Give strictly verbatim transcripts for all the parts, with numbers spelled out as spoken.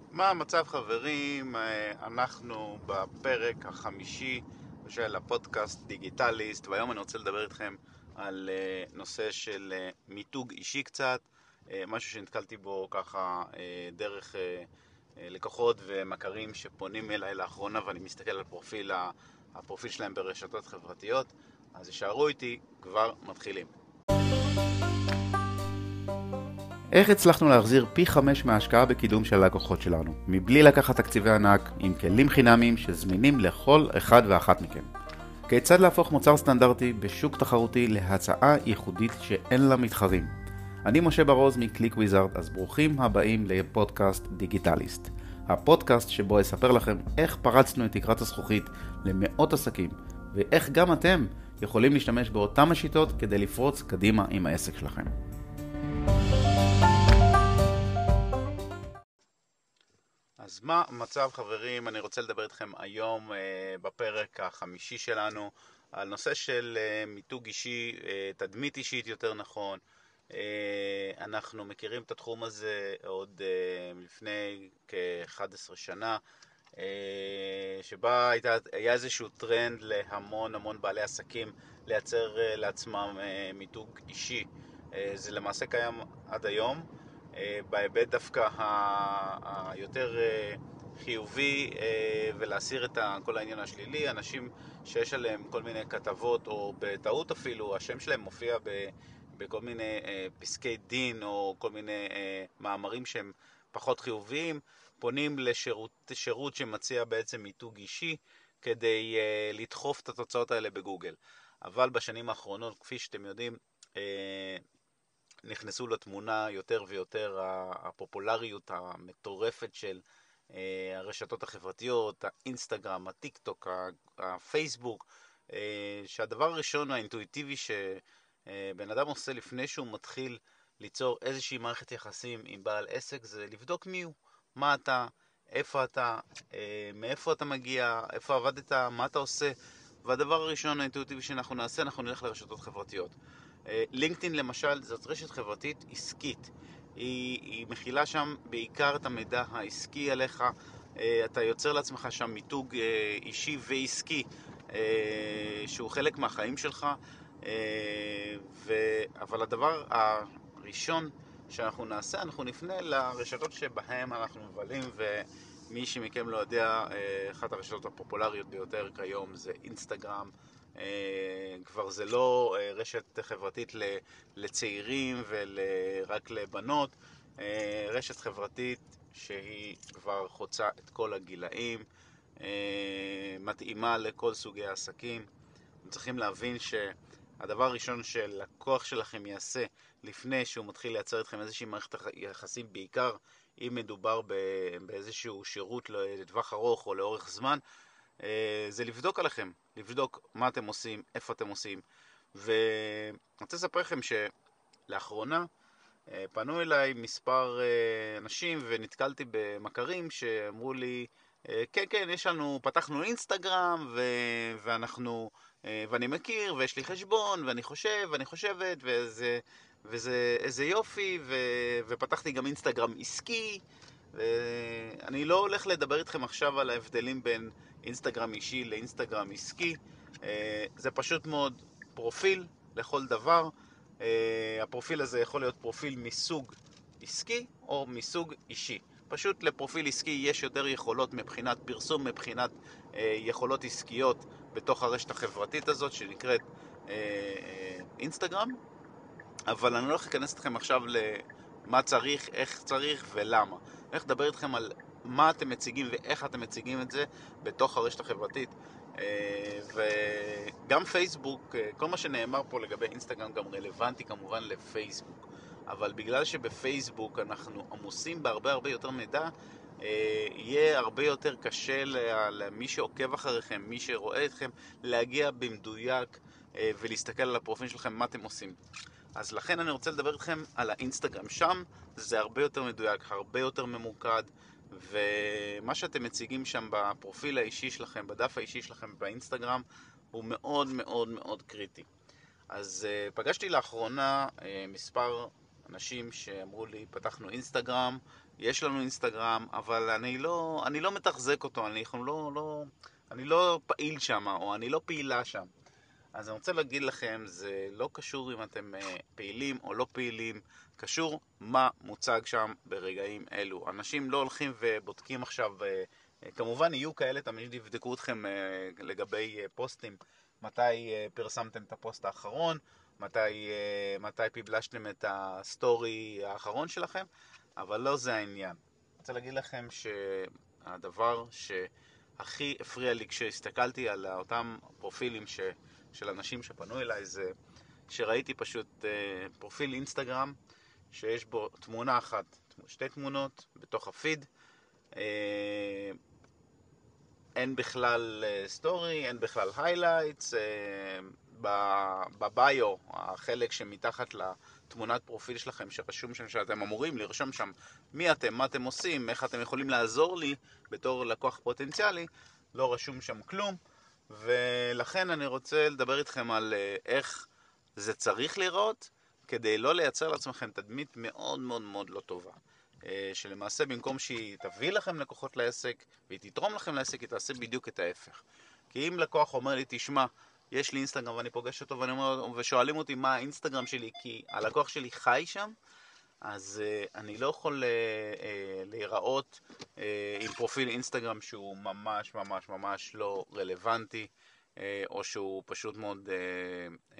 מה המצב חברים? אנחנו בפרק החמישי של הפודקאסט דיגיטליסט, והיום אני רוצה לדבר איתכם על נושא של מיתוג אישי קצת, משהו שנתקלתי בו ככה דרך לקוחות ומכרים שפונים אליי לאחרונה, ואני מסתכל על פרופיל, הפרופיל שלהם ברשתות חברתיות. אז יישארו איתי, כבר מתחילים. איך הצלחנו להחזיר פי חמש מההשקעה בקידום של הלקוחות שלנו, מבלי לקחת תקציבי ענק, עם כלים חינמיים שזמינים לכל אחד ואחת מכם? כיצד להפוך מוצר סטנדרטי בשוק תחרותי להצעה ייחודית שאין לה מתחרים? אני משה ברוז מקליק וויזארד, אז ברוכים הבאים לפודקאסט דיגיטליסט. הפודקאסט שבו אספר לכם איך פרצנו את תקרת הזכוכית למאות עסקים, ואיך גם אתם יכולים להשתמש באותם השיטות כדי לפרוץ קדימה עם העסק שלכם. אז מה המצב חברים? אני רוצה לדבר איתכם היום אה, בפרק החמישי שלנו על נושא של אה, מיתוג אישי, אה, תדמית אישית יותר נכון. אה, אנחנו מכירים את התחום הזה עוד אה, לפני כ-אחת עשרה שנה, אה, שבה הייתה, היה איזשהו טרנד להמון המון בעלי עסקים לייצר אה, לעצמם אה, מיתוג אישי. אה, זה למעשה קיים עד היום. בהיבט דווקא היותר חיובי, ולהסיר את כל העניין השלילי. אנשים שיש עליהם כל מיני כתבות, או בטעות אפילו השם שלהם מופיע בכל מיני פסקי דין או כל מיני מאמרים שהם פחות חיוביים, פונים לשירות שירות שמציע בעצם מיתוג אישי כדי לדחוף את התוצאות האלה בגוגל. אבל בשנים האחרונות, כפי שאתם יודעים, נכנסו לתמונה יותר ויותר הפופולריות המטורפת של הרשתות החברתיות, האינסטגרם, הטיק טוק, הפייסבוק, שהדבר הראשון האינטואיטיבי שבן אדם עושה לפני שהוא מתחיל ליצור איזושהי מערכת יחסים עם בעל עסק זה לבדוק מי הוא, מה אתה, איפה אתה, מאיפה אתה מגיע, איפה עבדת, מה אתה עושה. והדבר הראשון האינטואיטיבי שאנחנו נעשה, אנחנו נלך לרשתות חברתיות. לינקדאין למשל זאת רשת חברתית עסקית, היא, היא מכילה שם בעיקר את המידע העסקי עליך. אתה יוצר לעצמך שם מיתוג אישי ועסקי שהוא חלק מהחיים שלך. ו... אבל הדבר הראשון שאנחנו נעשה, אנחנו נפנה לרשתות שבהם אנחנו מבלים, ומי שמכם לא יודע, אחת הרשתות הפופולריות ביותר כיום זה אינסטגרם. כבר זה לא רשת חברתית לצעירים ורק לבנות, רשת חברתית שהיא כבר חוצה את כל הגילאים, מתאימה לכל סוגי העסקים. אתם צריכים להבין שהדבר הראשון שלקוח שלכם יעשה לפני שהוא מתחיל לייצר אתכם איזושהי מערכת יחסים, בעיקר אם מדובר באיזשהו שירות לטווח ארוך או לאורך זמן, זה לבדוק עליכם, לבדוק מה אתם עושים, איפה אתם עושים. ואני רוצה לספר לכם שלאחרונה פנו אליי מספר אנשים ונתקלתי במכרים שאמרו לי, כן כן, יש לנו, פתחנו אינסטגרם ו... ואנחנו, ואני מכיר ויש לי חשבון ואני חושב ואני חושבת וזה, וזה איזה יופי, ו... ופתחתי גם אינסטגרם עסקי. אני לא הולך לדבר איתכם עכשיו על ההבדלים בין אינסטגרם אישי לאינסטגרם עסקי. זה פשוט מאוד פרופיל לכל דבר. הפרופיל הזה יכול להיות פרופיל מסוג עסקי או מסוג אישי. פשוט לפרופיל עסקי יש יותר יכולות מבחינת פרסום, מבחינת יכולות עסקיות בתוך הרשת החברתית הזאת שנקראת אינסטגרם. אבל אני לא הולך להיכנס אתכם עכשיו למה צריך, איך צריך ולמה. אני הולך לדבר איתכם על מה אתם מציגים ואיך אתם מציגים את זה בתוך הרשת החברתית. וגם פייסבוק, כל מה שנאמר פה לגבי אינסטגרם גם רלוונטי כמובן לפייסבוק. אבל בגלל שבפייסבוק אנחנו עמוסים בהרבה הרבה יותר מידע, יהיה הרבה יותר קשה למי שעוקב אחריכם, מי שרואה אתכם, להגיע במדויק ולהסתכל על הפרופיל שלכם מה אתם עושים. אז לכן אני רוצה לדבר איתכם על האינסטגרם. שם זה הרבה יותר מדויק, הרבה יותר ממוקד, ומה שאתם מציגים שם בפרופיל האישי שלכם, בדף האישי שלכם באינסטגרם, הוא מאוד מאוד מאוד קריטי. אז uh, פגשתי לאחרונה uh, מספר אנשים שאמרו לי, פתחנו אינסטגרם יש לנו אינסטגרם, אבל אני לא, אני לא מתחזק אותו, אני לא, לא, אני לא פעיל שם, או אני לא פעילה שם. אז אני רוצה להגיד לכם, זה לא קשור אם אתם פעילים או לא פעילים, קשור מה מוצג שם ברגעים אלו. אנשים לא הולכים ובודקים עכשיו, כמובן יהיו כאלה תמיד יבדקו אתכם לגבי פוסטים, מתי פרסמתם את הפוסט האחרון, מתי, מתי פיבלשתם את הסטורי האחרון שלכם, אבל לא זה העניין. אני רוצה להגיד לכם שהדבר שהכי הפריע לי כשהסתכלתי על אותם פרופילים ש... של אנשים שפנו אליי, זה שראיתי פשוט אה, פרופיל אינסטגרם שיש בו תמונה אחת, שתי תמונות בתוך הפיד, אה, אין בכלל אה, סטורי, אין בכלל היילייטס, אה, בביו, החלק שמתחת לתמונת פרופיל שלכם שרשום שם שאתם אמורים לרשום שם מי אתם, מה אתם עושים, איך אתם יכולים לעזור לי בתור לקוח פוטנציאלי, לא רשום שם כלום. ולכן אני רוצה לדבר איתכם על איך זה צריך לראות כדי לא לייצר לעצמכם תדמית מאוד מאוד מאוד לא טובה, שלמעשה במקום שהיא תביא לכם לקוחות לעסק והיא תתרום לכם לעסק, היא תעשה בדיוק את ההפך. כי אם לקוח אומר לי, תשמע, יש לי אינסטגרם ואני פוגש אותו ואני אומר, ושואלים אותי מה האינסטגרם שלי כי הלקוח שלי חי שם, אז uh, אני לא יכול uh, uh, להיראות uh, עם פרופיל אינסטגרם שהוא ממש ממש ממש לא רלוונטי, uh, או שהוא פשוט מאוד uh, uh,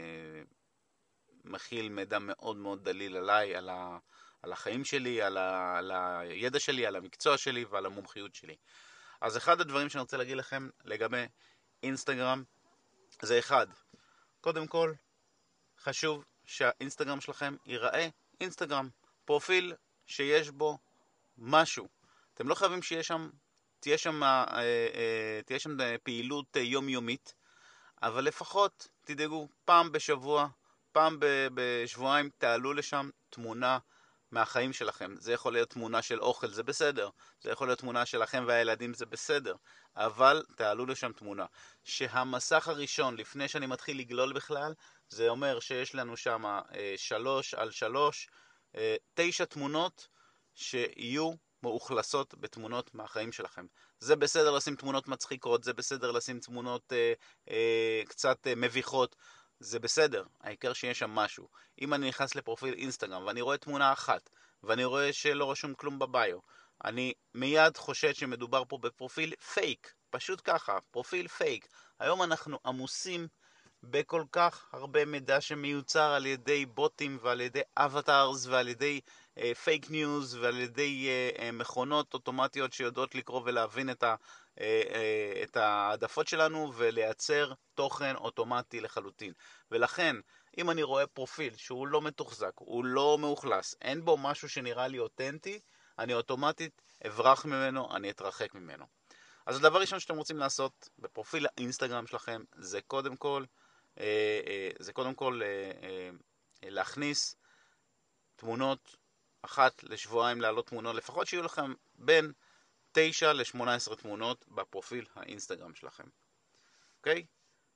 מכיל מידע מאוד מאוד דליל עליי, על, ה, על החיים שלי, על, ה, על הידע שלי, על המקצוע שלי ועל המומחיות שלי. אז אחד הדברים שאני רוצה להגיד לכם לגבי אינסטגרם זה אחד, קודם כל חשוב שהאינסטגרם שלכם ייראה אינסטגרם, פרופיל שיש בו משהו. אתם לא חייבים שיש שם, תהיה שם, אה, אה, תהיה שם פעילות יומיומית, אבל לפחות תדאגו פעם בשבוע, פעם בשבועיים תעלו לשם תמונה מהחיים שלכם. זה יכול להיות תמונה של אוכל, זה בסדר. זה יכול להיות תמונה שלכם והילדים, זה בסדר. אבל תעלו לשם תמונה. שהמסך הראשון, לפני שאני מתחיל לגלול בכלל, זה אומר שיש לנו שם אה, שלוש על שלוש, אה, תשע תמונות שיהיו מאוכלסות בתמונות מהחיים שלכם. זה בסדר לשים תמונות מצחיקות, זה בסדר לשים תמונות אה, אה, קצת אה, מביכות, זה בסדר, העיקר שיש שם משהו. אם אני נכנס לפרופיל אינסטגרם ואני רואה תמונה אחת ואני רואה שלא רשום כלום בביו, אני מיד חושד שמדובר פה בפרופיל פייק, פשוט ככה, פרופיל פייק. היום אנחנו עמוסים בכל כך הרבה מידע שמיוצר על ידי בוטים ועל ידי אבטארס ועל ידי פייק uh, ניוז ועל ידי uh, uh, מכונות אוטומטיות שיודעות לקרוא ולהבין את, ה, uh, uh, את העדפות שלנו ולייצר תוכן אוטומטי לחלוטין. ולכן, אם אני רואה פרופיל שהוא לא מתוחזק, הוא לא מאוכלס, אין בו משהו שנראה לי אותנטי, אני אוטומטית אברח ממנו, אני אתרחק ממנו. אז הדבר ראשון שאתם רוצים לעשות בפרופיל האינסטגרם שלכם זה קודם כל זה קודם כל להכניס תמונות אחת לשבועיים, לעלות תמונות, לפחות שיהיו לכם בין תשע ל-שמונה עשרה תמונות בפרופיל האינסטגרם שלכם. אוקיי?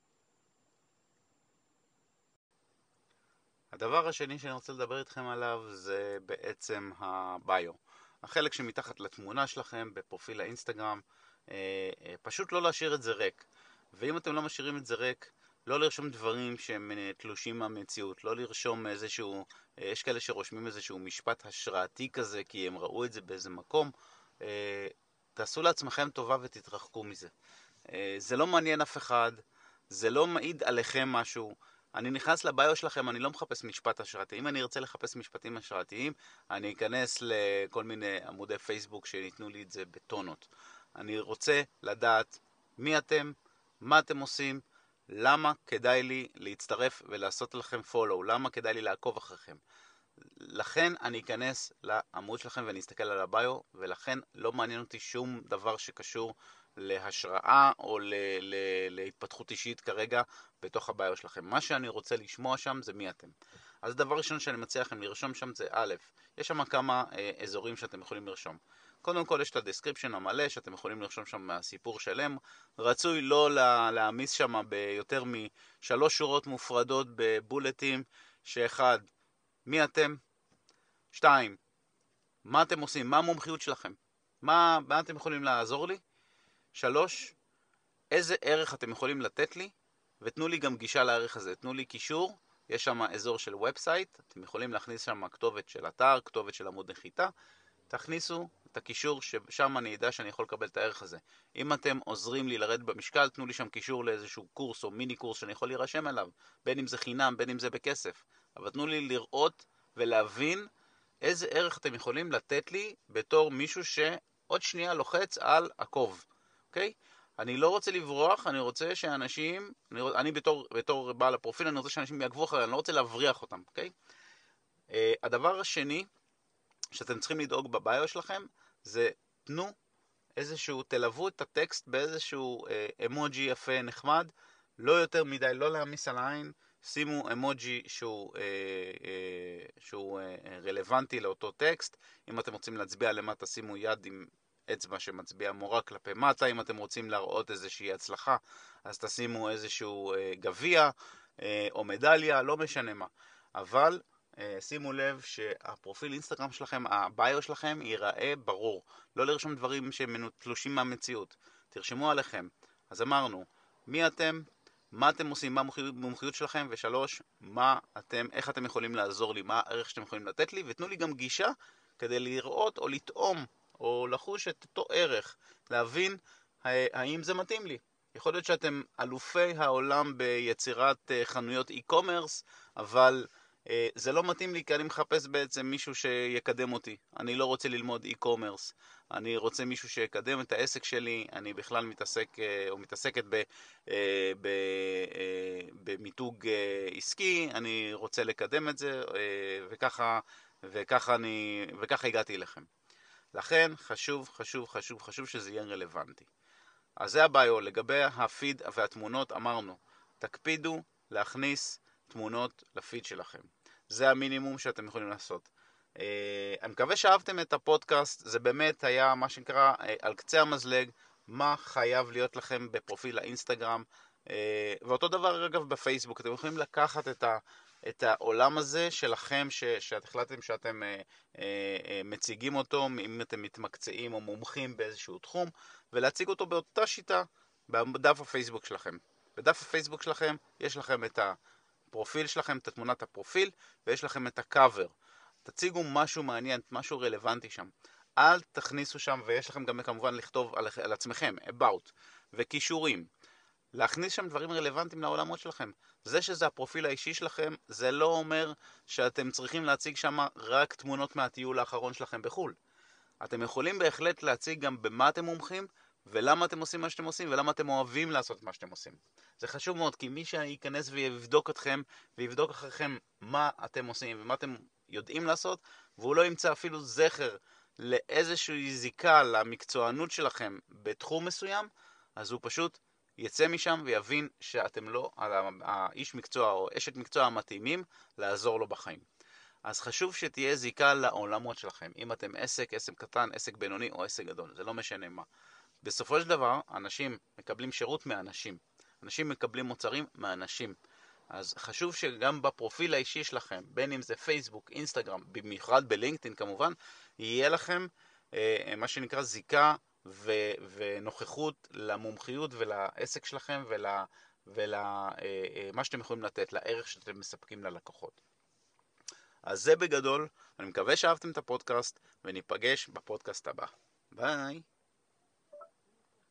הדבר השני שאני רוצה לדבר איתכם עליו זה בעצם הביו. החלק שמתחת לתמונה שלכם בפרופיל האינסטגרם, פשוט לא להשאיר את זה ריק. ואם אתם לא משאירים את זה ריק, לא לרשום דברים שהם תלושים מהמציאות, לא לרשום איזשהו, יש כאלה שרושמים איזשהו משפט השראתי כזה כי הם ראו את זה באיזה מקום, תעשו לעצמכם טובה ותתרחקו מזה. זה לא מעניין אף אחד, זה לא מעיד עליכם משהו. אני נכנס לביו שלכם, אני לא מחפש משפט השראתי. אם אני ארצה לחפש משפטים השראתיים, אני אכנס לכל מיני עמודי פייסבוק שניתנו לי את זה בטונות. אני רוצה לדעת מי אתם, מה אתם עושים, למה כדאי לי להצטרף ולעשות לכם פולו, למה כדאי לי לעקוב אחריכם. לכן אני אכנס לעמוד שלכם ואני אסתכל על הביו, ולכן לא מעניין אותי שום דבר שקשור להשראה או ל- ל- להתפתחות אישית כרגע בתוך הביו שלכם. מה שאני רוצה לשמוע שם זה מי אתם. אז דבר ראשון שאני מציע לכם לרשום שם זה א', יש שם כמה אה, אזורים שאתם יכולים לרשום. קודם כל יש את הדסקריפשן המלא שאתם יכולים לרשום שם מהסיפור שלם. רצוי לא לה, להעמיס שם ביותר משלוש שורות מופרדות בבולטים, שאחד, מי אתם? שתיים, מה אתם עושים? מה המומחיות שלכם? מה, מה אתם יכולים לעזור לי? שלוש, איזה ערך אתם יכולים לתת לי? ותנו לי גם גישה לערך הזה. תנו לי קישור, יש שם אזור של ובסייט, אתם יכולים להכניס שם כתובת של אתר, כתובת של עמוד נחיתה, תכניסו את הקישור ששם אני יודע שאני יכול לקבל את הערך הזה. אם אתם עוזרים לי לרדת במשקל, תנו לי שם קישור לאיזשהו קורס או מיני קורס שאני יכול להירשם אליו, בין אם זה חינם, בין אם זה בכסף. אבל תנו לי לראות ולהבין איזה ערך אתם יכולים לתת לי בתור מישהו שעוד שנייה לוחץ על עקוב, אוקיי? אני לא רוצה לברוח, אני רוצה שאנשים, אני, אני בתור, בתור בעל הפרופיל, אני רוצה שאנשים יעקבו אחרי, אני לא רוצה להבריח אותם, אוקיי? Uh, הדבר השני שאתם צריכים לדאוג בביו שלכם, זה תנו איזשהו, תלוו את הטקסט באיזשהו אה, אמוג'י יפה נחמד, לא יותר מדי, לא להעמיס על העין, שימו אמוג'י שהוא, אה, אה, שהוא אה, רלוונטי לאותו טקסט. אם אתם רוצים להצביע למטה, שימו יד עם אצבע שמצביע מורה כלפי מטה. אם אתם רוצים להראות איזושהי הצלחה, אז תשימו איזשהו אה, גביע אה, או מדליה, לא משנה מה. אבל שימו לב שהפרופיל אינסטגרם שלכם, הביו שלכם ייראה ברור. לא לרשום דברים שהם תלושים מהמציאות. תרשמו עליכם. אז אמרנו, מי אתם, מה אתם עושים, מה המומחיות שלכם, ושלוש, מה אתם, איך אתם יכולים לעזור לי, מה הערך שאתם יכולים לתת לי, ותנו לי גם גישה כדי לראות או לטעום או לחוש את אותו ערך, להבין האם זה מתאים לי. יכול להיות שאתם אלופי העולם ביצירת חנויות e-commerce, אבל זה לא מתאים לי כי אני מחפש בעצם מישהו שיקדם אותי. אני לא רוצה ללמוד e-commerce. אני רוצה מישהו שיקדם את העסק שלי. אני בכלל מתעסק או מתעסקת ב, ב, במיתוג עסקי. אני רוצה לקדם את זה וככה, וככה, אני, וככה הגעתי אליכם. לכן חשוב, חשוב, חשוב, חשוב שזה יהיה רלוונטי. אז זה הביו. לגבי הפיד והתמונות אמרנו, תקפידו להכניס תמונות לפיד שלכם. זה המינימום שאתם יכולים לעשות. אני מקווה שאהבתם את הפודקאסט. זה באמת היה מה שנקרא על קצה המזלג, מה חייב להיות לכם בפרופיל האינסטגרם. ואותו דבר אגב בפייסבוק. אתם יכולים לקחת את ה... את העולם הזה שלכם, ש, שאת החלטתם שאתם אה, אה, מציגים אותו, אם אתם מתמקצעים או מומחים באיזשהו תחום, ולהציג אותו באותה שיטה בדף הפייסבוק שלכם. בדף הפייסבוק שלכם יש לכם את הפרופיל שלכם, את תמונת הפרופיל, ויש לכם את הקאבר. תציגו משהו מעניין, משהו רלוונטי שם. אל תכניסו שם, ויש לכם גם כמובן לכתוב על, על עצמכם, about, וקישורים. להכניס שם דברים רלוונטיים לעולמות שלכם. זה שזה הפרופיל האישי שלכם, זה לא אומר שאתם צריכים להציג שם רק תמונות מהטיול האחרון שלכם בחול. אתם יכולים בהחלט להציג גם במה אתם מומחים, ולמה אתם עושים מה שאתם עושים, ולמה אתם אוהבים לעשות מה שאתם עושים. זה חשוב מאוד, כי מי שייכנס ויבדוק אתכם, ויבדוק אחריכם מה אתם עושים, ומה אתם יודעים לעשות, והוא לא ימצא אפילו זכר לאיזושהי זיקה למקצוענות שלכם בתחום מסוים, אז הוא פשוט יצא משם ויבין שאתם לא האיש מקצוע או אשת מקצוע המתאימים לעזור לו בחיים. אז חשוב שתהיה זיקה לעולמות שלכם. אם אתם עסק, עסק קטן, עסק בינוני או עסק גדול, זה לא משנה מה. בסופו של דבר, אנשים מקבלים שירות מאנשים. אנשים מקבלים מוצרים מאנשים. אז חשוב שגם בפרופיל האישי שלכם, בין אם זה פייסבוק, אינסטגרם, במיוחד בלינקדאין כמובן, יהיה לכם אה, מה שנקרא זיקה ו- ונוכחות למומחיות ולעסק שלכם ולמה ול- אה, שאתם יכולים לתת, לערך שאתם מספקים ללקוחות. אז זה בגדול. אני מקווה שאהבתם את הפודקאסט, וניפגש בפודקאסט הבא. ביי.